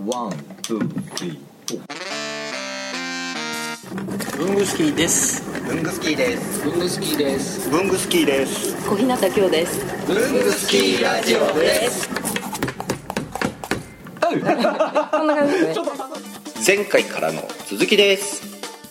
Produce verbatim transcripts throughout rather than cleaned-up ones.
ワン、ツー、スリー、 文具スキーです。 文具スキーです。 文具スキーです。 文具スキーです。 小日向京です。 文具スキーラジオです。 こんな感じですね。 前回からの続きです。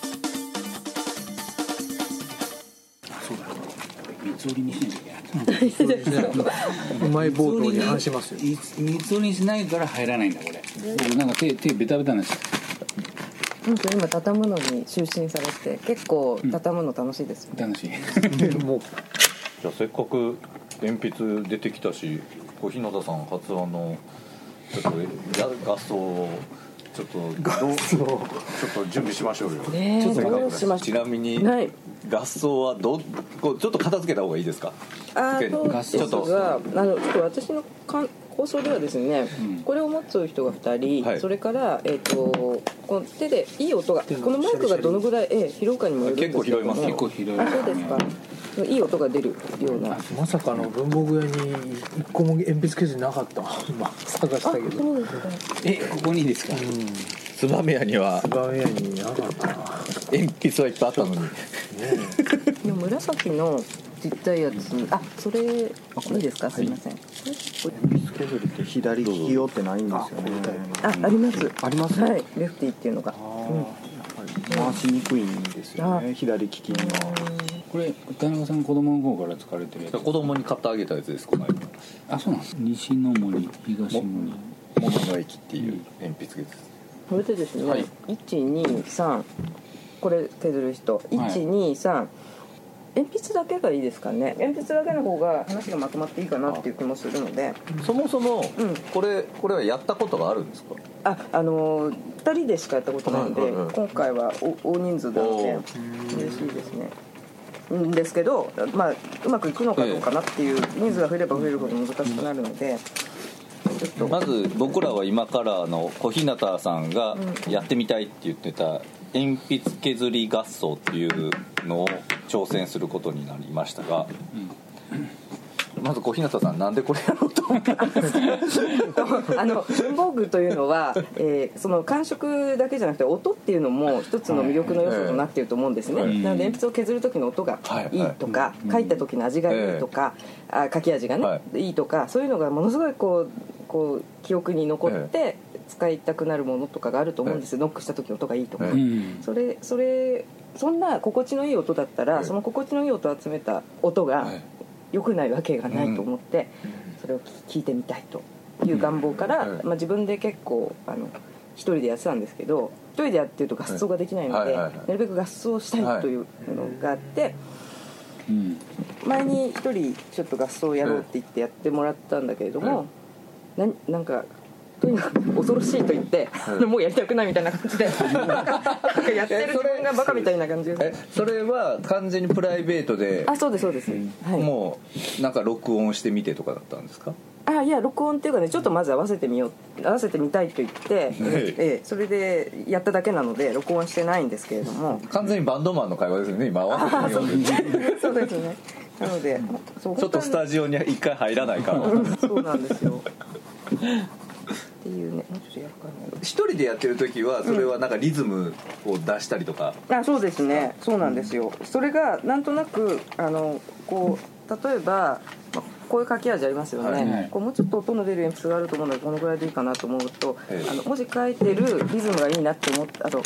そうだ、三つ折りにしなきゃいけない。 うまい棒頭に反しますよ。 三つ折りにしないから入らないんだこれ。僕なんか手手ベタベタになっちゃう。 本当今畳むのに就寝されて結構畳むの楽しいですよ、 楽しい。 もうじゃあせっかく鉛筆出てきたし、小日向さん発案のちょっと合奏をちょっとどうちょっと準備しましょうよ。 ねえ、どうしましちなみにない合奏はどこうちょっと片付けた方がいいですか。 あーそうですちょっとが、あのちょっと私のか構想ではですね、うん、これを持つ人がふたり、はい、それから、えー、とこの手でいい音が、このマイクがどのぐらい、えー、拾うかにもよるんですけども、 結構拾います。結構拾います。 あ、そうですか。いい音が出るような。 まさかの文房具屋に一個も鉛筆ケースなかった今探したけど。 そうですか。 え、ここにいいですか。 ツバメ屋にはツバメ屋になかったな。 鉛筆はいっぱいあったのに、ね、 でも紫のちっちゃいやつ、あ、それいいですか、すみません。 鉛筆削りって左利き用ってないんですよね。 あ、あります。 あります。 はい、レフティっていうのが。 あ、うん、やっぱり回しにくいんですよね、左利きには。 これ田中さん子供の頃から使われてるやつ。 子供に買ってあげたやつです。この間。 あ、そうなんです。西の森、東森、 桃の駅っていう鉛筆です。 これでですね、はい、いち、に、さん、これ削る人、いち、に、さん、鉛筆だけがいいですかね。鉛筆だけの方が話がまとまっていいかなっていう気もするので。 そもそも、うん、これこれはやったことがあるんですか。 あ、あのー、ふたりでしかやったことないんで、うんうんうん、今回は大人数なので嬉しいですね。んですけど、まあ、うまくいくのかどうかなっていう、人数が増えれば増えるほど難しくなるので、ちょっとまず僕らは今からの小日向さんがやってみたいって言ってた鉛筆削り合奏っていうのを挑戦することになりましたが、うん、まず小日向さん、なんでこれやろうと思ったんですか。 あの文房具というのは、えー、その感触だけじゃなくて音っていうのも一つの魅力の要素となっていると思うんですね、はい、なので鉛筆を削る時の音がいいとか、はいはい、書いた時の味がいいとか、はい、あ、書き味がね、はい、いいとか、そういうのがものすごいこうこう記憶に残って使いたくなるものとかがあると思うんですよ。ノックした時音がいいとか、それそれそんな心地のいい音だったら、その心地のいい音を集めた音が良くないわけがないと思って、それを聞いてみたいという願望から、まあ、自分で結構あの一人でやってたんですけど、一人でやってると合奏ができないので、なるべく合奏したいというのがあって、前に一人ちょっと合奏をやろうって言ってやってもらったんだけれども、な, なんかとにかく恐ろしいと言って、はい、もうやりたくないみたいな感じでやってる自分がバカみたいな感じで。 それは完全にプライベートで。 あ、そうですそうです、はい、 もうなんか録音してみてとかだったんですか。 あ、いや、録音っていうかね、ちょっとまず合わせてみよう合わせてみたいと言って、はい、ええ、それでやっただけなので録音はしてないんですけれども。 完全にバンドマンの会話ですよね、今合わせてみよう。 そうですね。なのでそうちょっとスタジオに一回入らないかな。 そうなんですよっていうね。もうちょっとやるかな。 一人でやってる時はそれはなんかリズムを出したりとか、 うん、あ、そうですね、そうなんですよ。それがなんとなくあのこう例えば、まあ、こういう書き味ありますよね、はい、こうもうちょっと音の出る鉛筆があると思うのでこのぐらいでいいかなと思うと、ええ、あの文字書いてるリズムがいいなって思って、あと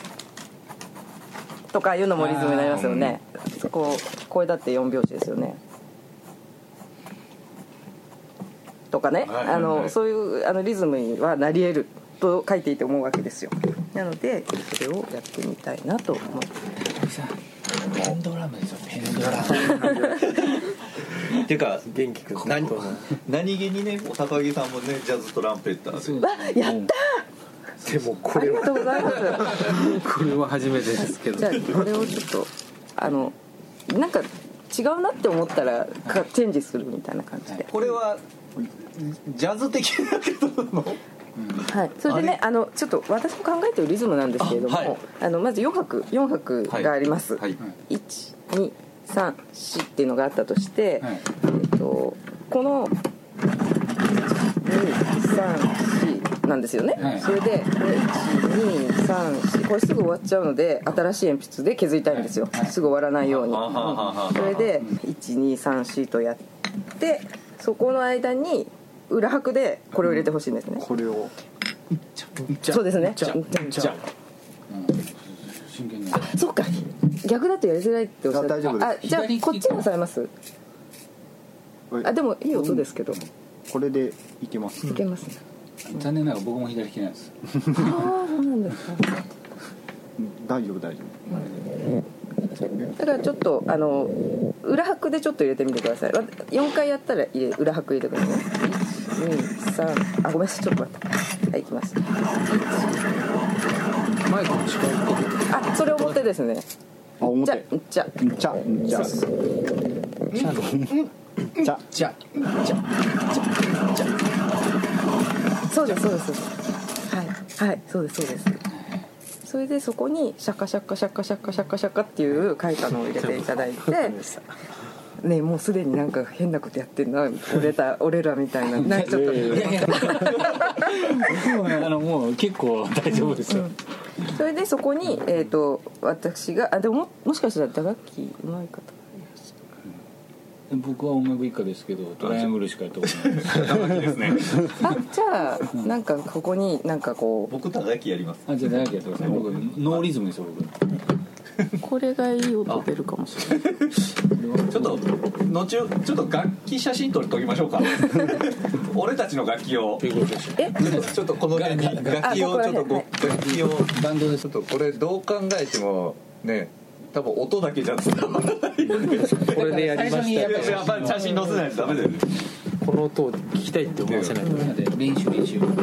とかいうのもリズムになりますよね。こうこれだってよん拍子ですよねとかね、あのそういうあのリズムにはなり得ると書いていて思うわけですよ。なのでそれをやってみたいなと思って。 ペンドラムですよ、ペンドラムっていうか元気くん何何気にね、高木さんもねジャズトランペッターで。 わ、やったー。 でもこれはありがとうございますこれは初めてですけど、 じゃあこれをちょっとあのなんか違うなって思ったらチェンジするみたいな感じで。 これはジャズ的なことなの？ はい、それでね、あのちょっと私も考えてるリズムなんですけれども、あ、はい、あのまずよん拍よん拍があります、はいはい、いち、に、さん、よんっていうのがあったとして、はい、えっと、このいち、に、さん、よんなんですよね、 はい、 それでこれいちにさんしこれすぐ終わっちゃうので新しい鉛筆で削りたいんですよ、はい、すぐ終わらないように、うん、それでいちにさんしとやってそこの間に裏拍でこれを入れてほしいんですね、 これをそうですねじゃじゃ真剣にあそうか逆だとやりづらいっておっしゃってあ大丈夫ですあじゃあこっちもされますあでもいい音ですけど、 これでいけます、 いけますね、 残念ながら僕も左利きなんですああそうなんですか大丈夫大丈夫だからちょっとあの裏拍でちょっと入れてみてくださいよんかいやったら入れ裏拍入れてくださいいちにさんあごめんなさいちょっと待ってはいいきますマイクの近いあそれ表ですねあ表じゃじゃじゃじゃじゃじゃじゃそうですそうですそうですはいはいそうですそうですそれでそこにシャカシャカシャカシャカシャカシャカっていう書いたのを入れていただいてねもうすでになんか変なことやってんな俺ら俺らみたいななんかちょっといやいやもうあのもう結構大丈夫ですよ、 うん、それでそこに、えー、と私があでも も, もしかしたら打楽器うまい方僕は音楽一家ですけどトライアングルしかやったことないです打楽器ですねあじゃあなんかここになんかこう僕打楽器やりますあじゃあ打楽器やってください僕ノーリズムですよ僕これがいい音出るかもしれないちょっと後ちょっと楽器写真撮りときましょうか俺たちの楽器をえちょっとこの辺に楽器をちょっとご楽器をバンドでちょっとこれどう考えてもね多分音だけじゃ伝わらないよねこれでやりましたよやっぱり写真載せないとダメだよねこの音を聞きたいって思わせないとね練習練習ちょっ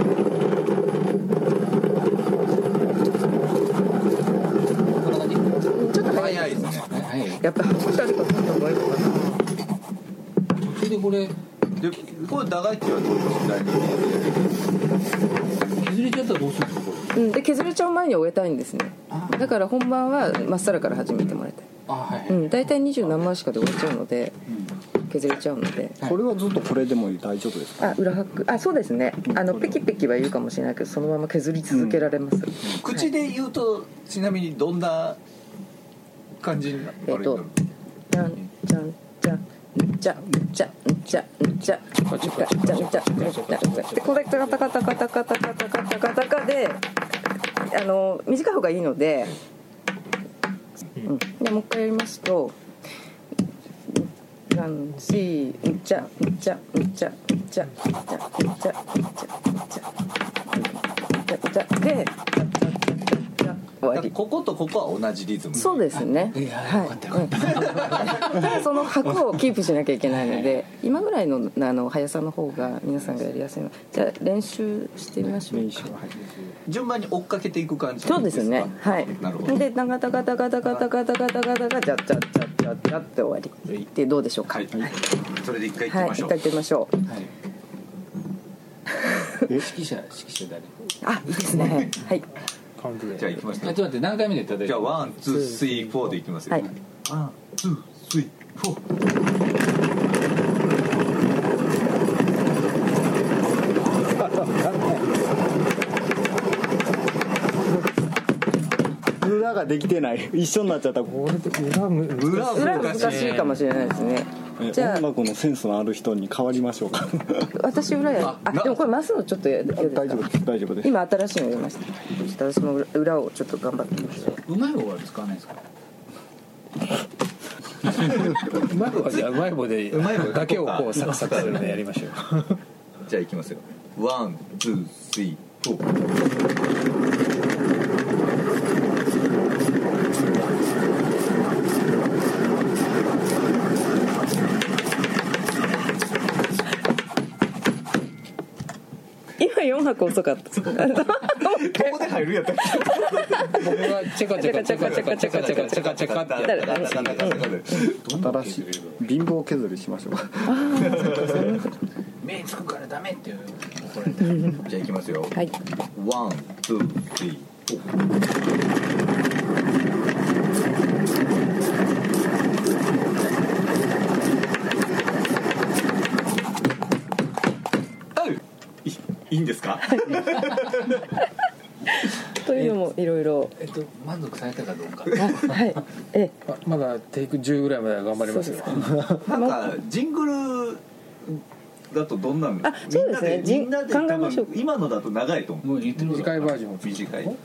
と早い早いですねはいやっぱり走ったりとかした方がいいのかなそれでこれでこれ打楽器はどういう削れちゃったらどうするんですかこれうんで削れちゃう前に終えたいんですねだから本番はまっさらから始めてもらいたいあはいはい、 うん大体にじゅう何枚しかで終わっちゃうので削れちゃうのでこれはずっとこれでも大丈夫ですかあ裏拍あそうですねあのペキペキは言うかもしれないけどそのまま削り続けられます、うん、 口で言うとちなみにどんな感じになるえっとじゃんじゃんじゃんじゃじゃじゃじゃじゃじゃじゃじゃでこれカタカタカタカタカタカタカタカであの短い方がいいので、うん、でもう一回やりますとなんしじゃじゃじゃじゃじゃじゃじゃじゃで終わりこことここは同じリズムそうですねはいただその拍をキープしなきゃいけないので今ぐらいのあの速さの方が皆さんがやりやすいのじゃあ練習してみましょう練習はい順番に追っかけていく感じそうですねはいなるほどでガタガタガタガタガタガタガタガタガタじゃじゃじゃじゃじゃって終わりでどうでしょうかはいそれで一回いきはいましょう一回行ってみましょうはい指揮者指揮者誰あいいですねはいカウントでじゃあいきますねあちょっと待って何回目で叩いてじゃあワンツースリーフォーでいきますよはいワンツースリーフォー裏ができてない一緒になっちゃったこれで裏む裏裏難しいかもしれないですねじゃあ音楽のセンスのある人に変わりましょうか私裏やあでもこれ回すのちょっとやるですか大丈夫です大丈夫です今新しいの入れましたちょっと私も裏裏をちょっと頑張ってみましょううまい棒は使わないですかうまい棒じゃうまい棒でうまい棒だけをこうサクサクするのやりましょうじゃあいきますよワンツースリーフォー今よん拍遅かったここで入るやった僕はチェカチェカチェカチェカチェカチェカチェカチェカって誰新しい貧乏削りしましょう目つくからダメっていう怒られてじゃあいきますよはいワンツースリーフォーいいんですかというのもいろいろえっと満足されたかどうかはいえあまだテイクじゅうぐらいまでは頑張りますよ。 なんかジングルだとどんなんあそうですねみんなでみんなで考えましょう多分今のだと長いと思う。 もう言ってる短いバージョン。 短い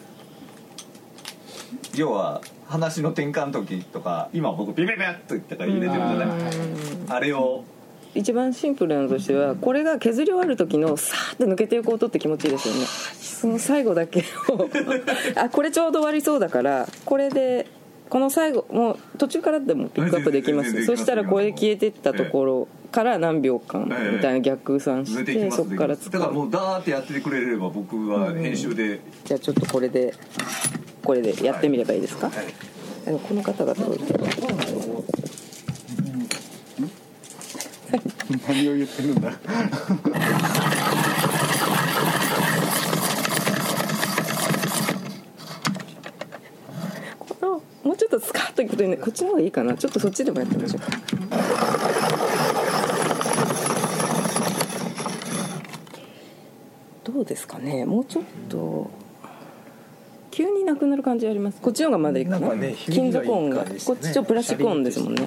要は話の転換の時とか今僕ビビビッと言ったから入れてるじゃないあれを一番シンプルなのとしてはこれが削り終わる時のさーって抜けていく音って気持ちいいですよね。その最後だけをあこれちょうど終わりそうだからこれでこの最後もう途中からでもピックアップできます。 全然できますそしたらこれ消えてったところから何秒間みたいな逆算し出てきますてそこから使だからう。 もうダーってやってくれれば僕は編集で、 じゃあちょっとこれでこれでやってみればいいですか。 はいあのこの方が届いて何を言ってるんだこのもうちょっとスカッといくとねこっちの方がいいかな。ちょっとそっちでもやってみましょうか。どうですかね。もうちょっと急になくなる感じあります。こっちの方がまだいいかな。 なんかね金属音が、 響きがいい感じですねこっちちょっとプラスチック音ですもんね。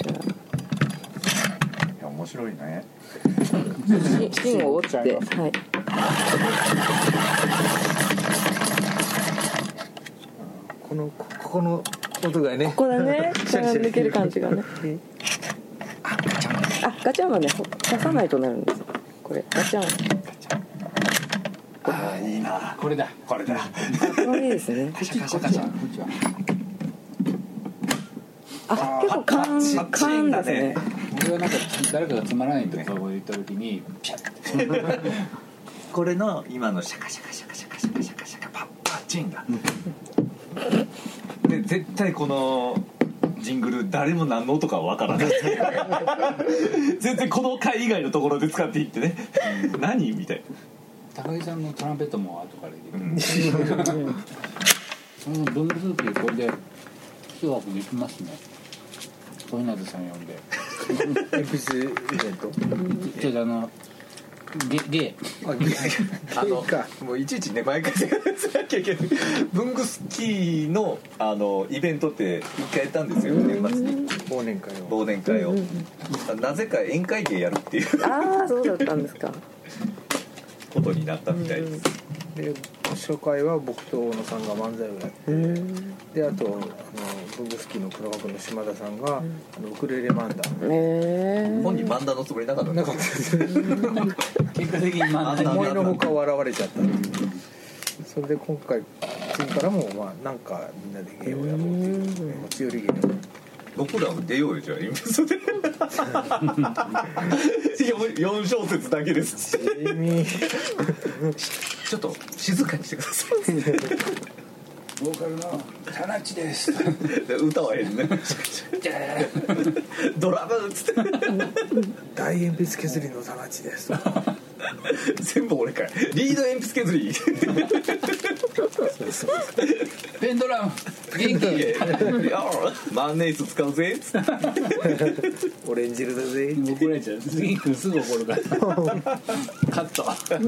いや面白いね芯を折って、はい。 このこここの音がね。 ここだね。抜ける感じがね。あガチャンはね刺さないとなるんですよ。これガチャン。 ああいいなこれだこれだこれいいですね。 カシャカシャカシャこっちはあ結構カーンカーンですね。 俺はなんか誰かがつまらないとか言った時にピャッてこれの今のシャカシャカシャカシャカシャカシャカシャカパッパッチンだで絶対このジングル誰も何の音かわからない全然この回以外のところで使っていってね何みたいな高木さんのトランペットも後から入れて、うん、その文具スープでこれで一枠できますね。小日向さん呼んで鉛筆イベント。 ちょっとあのゲゲあゲあのか。 もういちいちね毎回やらなきゃいけない文具スキーのあのイベントって一回やったんですよ年末に忘年会を。 忘年会をなぜか宴会芸やるっていうああそうだったんですか。 ことになったみたいですで初回は僕と小野さんが漫才をやってであとあの文具スキーの黒幕の島田さんが、うん、あのウクレレ漫談へえ本人漫談のつもりなかったなかったです結果的に漫談思いのほか笑われちゃったっていうそれで今回次からもまあなんかみんなで芸をやろうっていう持ち寄り芸を僕らも出ようよじゃあインベストでよん小節だけですちょっと静かにしてくださいボーカルのタナッチです歌はええねドラムっつって大鉛筆削りのタナッチです全部俺かいリード鉛筆削りペンドラム元気万年筆使うぜオレンジ色だぜ怒られちゃう次君すぐ怒るからカット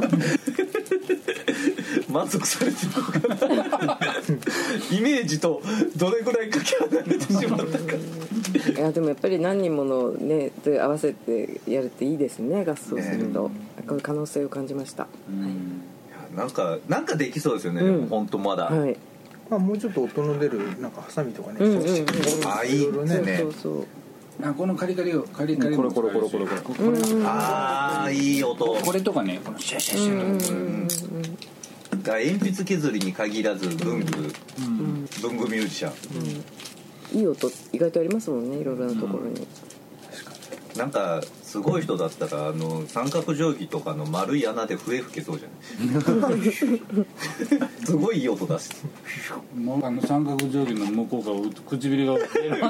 満足されてるのかなイメージとどれぐらいかけ離れてしまったかいやでもやっぱり何人ものねで合わせてやるっていいですね合奏すると、ね、こういう可能性を感じました、うんはい、いやなんかなんかできそうですよね、うん、本当まだ、はいまあ、もうちょっと音の出るなんかハサミとかね、 うんうんうん、あいいですねそうそうそうあこのカリカリをカリカリこれこれこれこれこれ、 うん、 ああいい音これとかねこのシャシャシャの、うんうんうん、が鉛筆削りに限らず文具、うん、文具ミュージシャン、 うん、いい音意外とありますもんねいろいろなところに、うん、 なんかすごい人だったらあの三角定規とかの丸い穴で笛吹けそうじゃないすごいいい音出すもうあの三角定規の向こうから唇が出る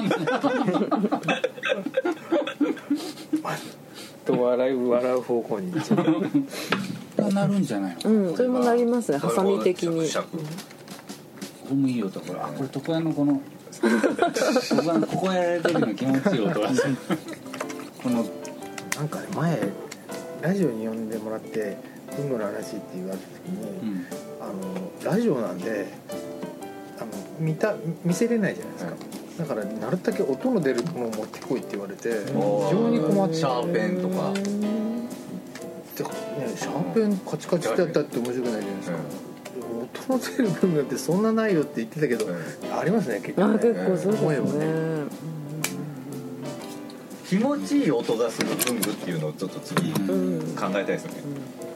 と笑う笑う方向にがなるんじゃないの、 うん、それもなりますねハサミ的にここもいい音これあこれ床屋のこの床屋のここやられる時の気持ちいい音がするこのなんか前ラジオに呼んでもらって文具の話って言われた時に、 うんあのラジオなんであの 見た見せれないじゃないですか、はい、だからなるだけ音の出るものを持ってこいって言われて非常に困ってシャーペンとかで、ね、シャーペンカチカチってやったって面白くないじゃないですか、うん、音の出る文具ってそんなないよって言ってたけど、うん、ありますね結構ね。 あ結構そうですね、 ね気持ちいい音がする文具っていうのをちょっと次考えたいですよね、